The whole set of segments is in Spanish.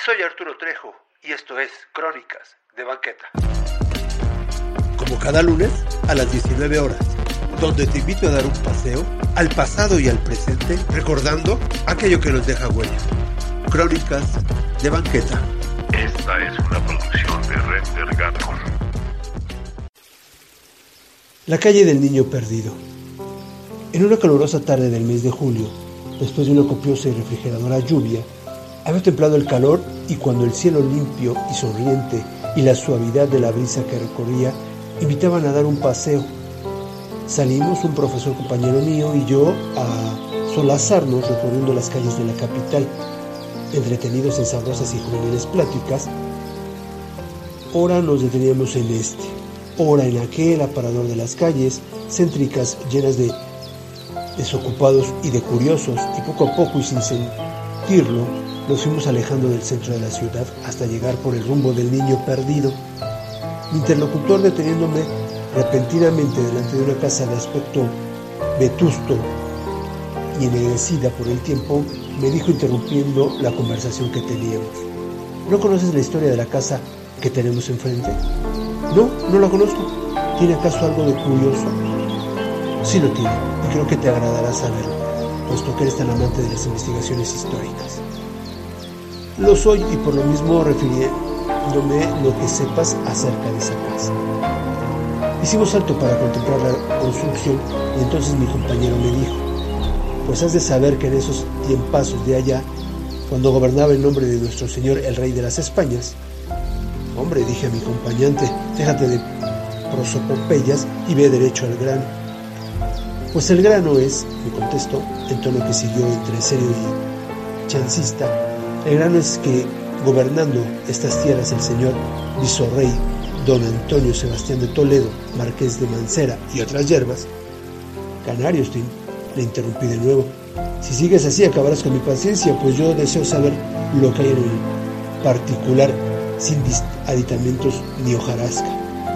Soy Arturo Trejo y esto es Crónicas de Banqueta. Como cada lunes a las 19 horas, donde te invito a dar un paseo al pasado y al presente, recordando aquello que nos deja huella. Crónicas de Banqueta. Esta es una producción de Render Gato. La calle del niño perdido. En una calurosa tarde del mes de julio, después de una copiosa y refrigeradora lluvia, había templado el calor y cuando el cielo limpio y sonriente y la suavidad de la brisa que recorría invitaban a dar un paseo. Salimos un profesor compañero mío y yo a solazarnos recorriendo las calles de la capital, entretenidos en sabrosas y juveniles pláticas. Ora nos deteníamos en este, ora en aquel aparador de las calles céntricas llenas de desocupados y de curiosos, y poco a poco y sin sentirlo nos fuimos alejando del centro de la ciudad hasta llegar por el rumbo del niño perdido. Mi interlocutor, deteniéndome repentinamente delante de una casa de aspecto vetusto y ennegrecida por el tiempo, me dijo interrumpiendo la conversación que teníamos: ¿No conoces la historia de la casa que tenemos enfrente? No, no la conozco. ¿Tiene acaso algo de curioso? Sí lo tiene, y creo que te agradará saberlo, puesto que eres tan amante de las investigaciones históricas. Lo soy, y por lo mismo refiriéndome lo que sepas acerca de esa casa. Hicimos alto para contemplar la construcción, y entonces mi compañero me dijo: pues has de saber que en esos tiempazos de allá, cuando gobernaba en nombre de nuestro señor el rey de las Españas... Hombre, dije a mi acompañante, déjate de prosopopeyas y ve derecho al grano. Pues el grano es, me contestó, en tono que siguió entre serio y chancista, el grano es que, gobernando estas tierras el señor visorrey don Antonio Sebastián de Toledo, marqués de Mancera y otras yerbas... Canarios, Tim, le interrumpí de nuevo. Si sigues así acabarás con mi paciencia, pues yo deseo saber lo que hay en el particular, sin aditamentos ni hojarasca.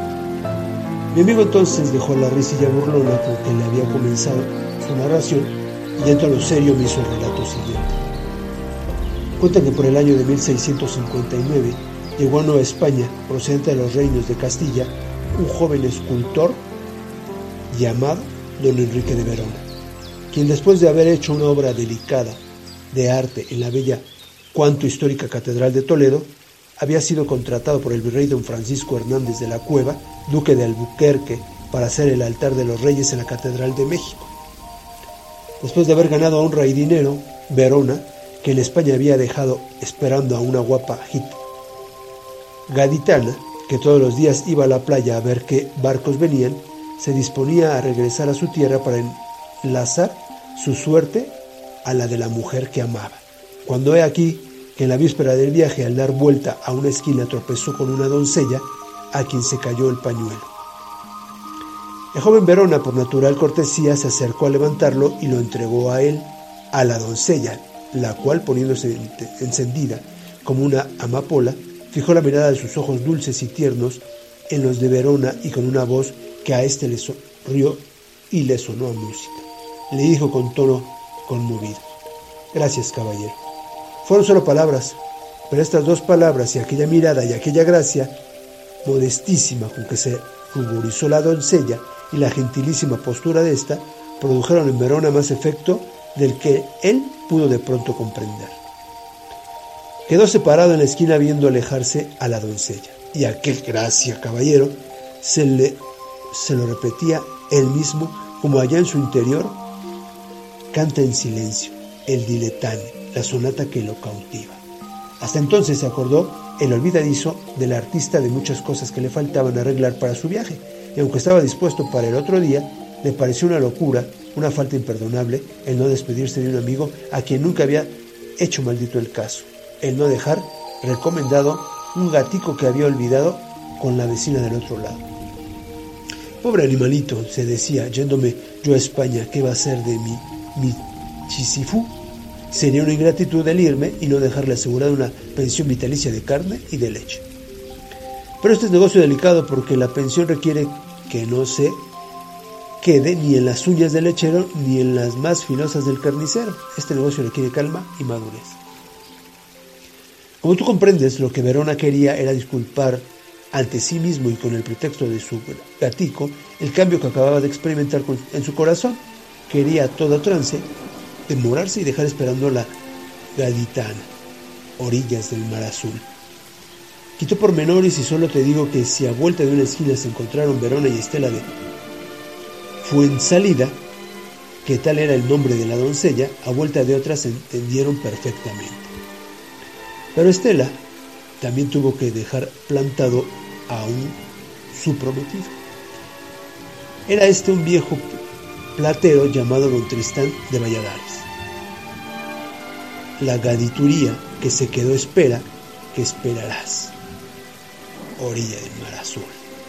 Mi amigo entonces dejó la risilla burlona con que le había comenzado su narración y dentro de lo serio me hizo el relato siguiente. Cuenta que por el año de 1659 llegó a Nueva España, procedente de los reinos de Castilla, un joven escultor llamado don Enrique de Verona, quien después de haber hecho una obra delicada de arte en la bella cuanto histórica Catedral de Toledo, había sido contratado por el virrey don Francisco Hernández de la Cueva, duque de Albuquerque, para hacer el altar de los reyes en la Catedral de México. Después de haber ganado honra y dinero, Verona, que en España había dejado esperando a una guapa gaditana, que todos los días iba a la playa a ver qué barcos venían, se disponía a regresar a su tierra para enlazar su suerte a la de la mujer que amaba. Cuando he aquí que en la víspera del viaje, al dar vuelta a una esquina, tropezó con una doncella a quien se cayó el pañuelo. El joven Verona, por natural cortesía, se acercó a levantarlo y lo entregó a él, a la doncella, la cual, poniéndose encendida como una amapola, fijó la mirada de sus ojos dulces y tiernos en los de Verona y con una voz que a éste le sonrió y le sonó a música. Le dijo con tono conmovido: gracias, caballero. Fueron solo palabras, pero estas dos palabras y aquella mirada y aquella gracia modestísima con que se ruborizó la doncella y la gentilísima postura de ésta produjeron en Verona más efecto del que él pudo de pronto comprender. Quedó separado en la esquina viendo alejarse a la doncella, y aquel gracia, caballero, se lo repetía él mismo, como allá en su interior canta en silencio el diletante, la sonata que lo cautiva. Hasta entonces se acordó el olvidadizo del artista de muchas cosas que le faltaban arreglar para su viaje, y aunque estaba dispuesto para el otro día, le pareció una locura, una falta imperdonable, el no despedirse de un amigo a quien nunca había hecho maldito el caso, el no dejar recomendado un gatico que había olvidado con la vecina del otro lado. Pobre animalito, se decía, yéndome yo a España, ¿qué va a ser de mi chisifú? Sería una ingratitud el irme y no dejarle asegurada una pensión vitalicia de carne y de leche. Pero este es negocio delicado porque la pensión requiere que no se quede ni en las uñas del lechero ni en las más filosas del carnicero. Este negocio requiere calma y madurez. Como tú comprendes, lo que Verona quería era disculpar ante sí mismo y con el pretexto de su gatico el cambio que acababa de experimentar en su corazón. Quería a toda trance demorarse y dejar esperando a la gaditana, orillas del mar azul. Quito pormenores y solo te digo que si a vuelta de una esquina se encontraron Verona y Estela de Fuensalida, que tal era el nombre de la doncella, a vuelta de otra se entendieron perfectamente. Pero Estela también tuvo que dejar plantado a su prometido. Era un viejo platero llamado Don Tristán de Valladares. La gadituría que se quedó espera, que esperarás. Orilla del mar azul.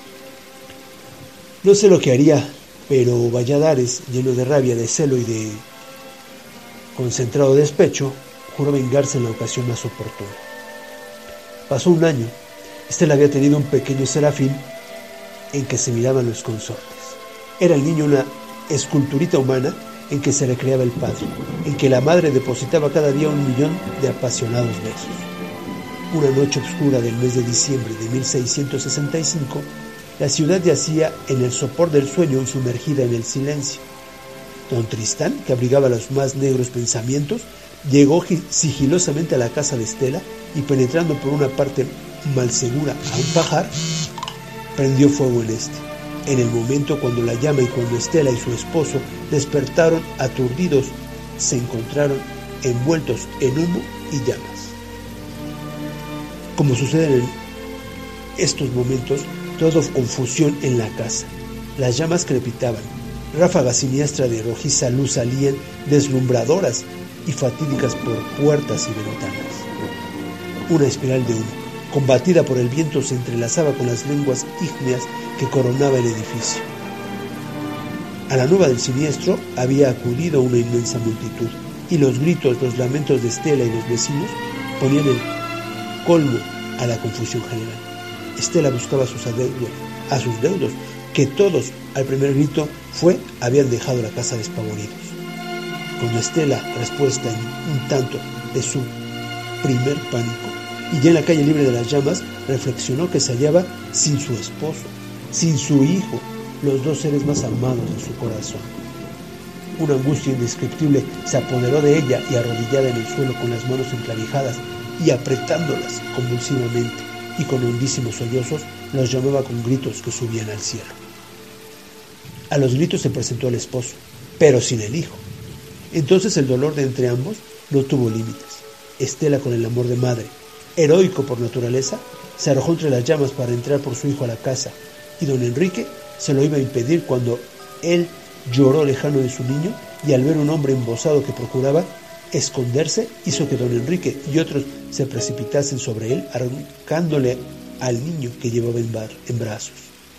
No sé lo que haría, pero Valladares, lleno de rabia, de celo y de concentrado despecho, juró vengarse en la ocasión más oportuna. Pasó un año. Estela había tenido un pequeño serafín en que se miraban los consortes. Era el niño una esculturita humana en que se recreaba el padre, en que la madre depositaba cada día 1.000.000 de apasionados besos. Una noche oscura del mes de diciembre de 1665, la ciudad yacía en el sopor del sueño y sumergida en el silencio. Don Tristán, que abrigaba los más negros pensamientos, llegó sigilosamente a la casa de Estela y, penetrando por una parte mal segura a un pajar, prendió fuego en este. En el momento cuando la llama y cuando Estela y su esposo despertaron aturdidos, se encontraron envueltos en humo y llamas. Como sucede en estos momentos, todo confusión en la casa. Las llamas crepitaban, ráfagas siniestras de rojiza luz salían deslumbradoras y fatídicas por puertas y ventanas. Una espiral de humo, combatida por el viento, se entrelazaba con las lenguas ígneas que coronaba el edificio. A la nueva del siniestro había acudido una inmensa multitud, y los gritos, los lamentos de Estela y los vecinos ponían el colmo a la confusión general. Estela buscaba a sus deudos, que todos, al primer grito, habían dejado la casa despavoridos. Cuando Estela, respuesta en un tanto de su primer pánico, y ya en la calle libre de las llamas, reflexionó que se hallaba sin su esposo, sin su hijo, los dos seres más amados de su corazón. Una angustia indescriptible se apoderó de ella y, arrodillada en el suelo con las manos enclavijadas y apretándolas convulsivamente y con hondísimos sollozos, los llamaba con gritos que subían al cielo. A los gritos se presentó el esposo, pero sin el hijo. Entonces el dolor de entre ambos no tuvo límites. Estela, con el amor de madre, heroico por naturaleza, se arrojó entre las llamas para entrar por su hijo a la casa, y don Enrique se lo iba a impedir cuando él lloró lejano de su niño, y al ver un hombre embosado que procuraba esconderse, hizo que don Enrique y otros se precipitasen sobre él, arrancándole al niño que llevaba en brazos.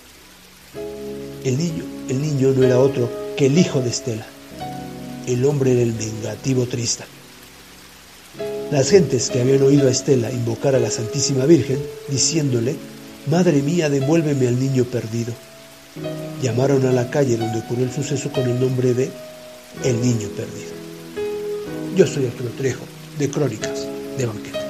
El niño no era otro que el hijo de Estela. El hombre era el vengativo Tristán. Las gentes que habían oído a Estela invocar a la Santísima Virgen, diciéndole: «Madre mía, devuélveme al niño perdido», llamaron a la calle donde ocurrió el suceso con el nombre de El Niño Perdido. Yo soy Arturo Trejo, de Crónicas de Banquete.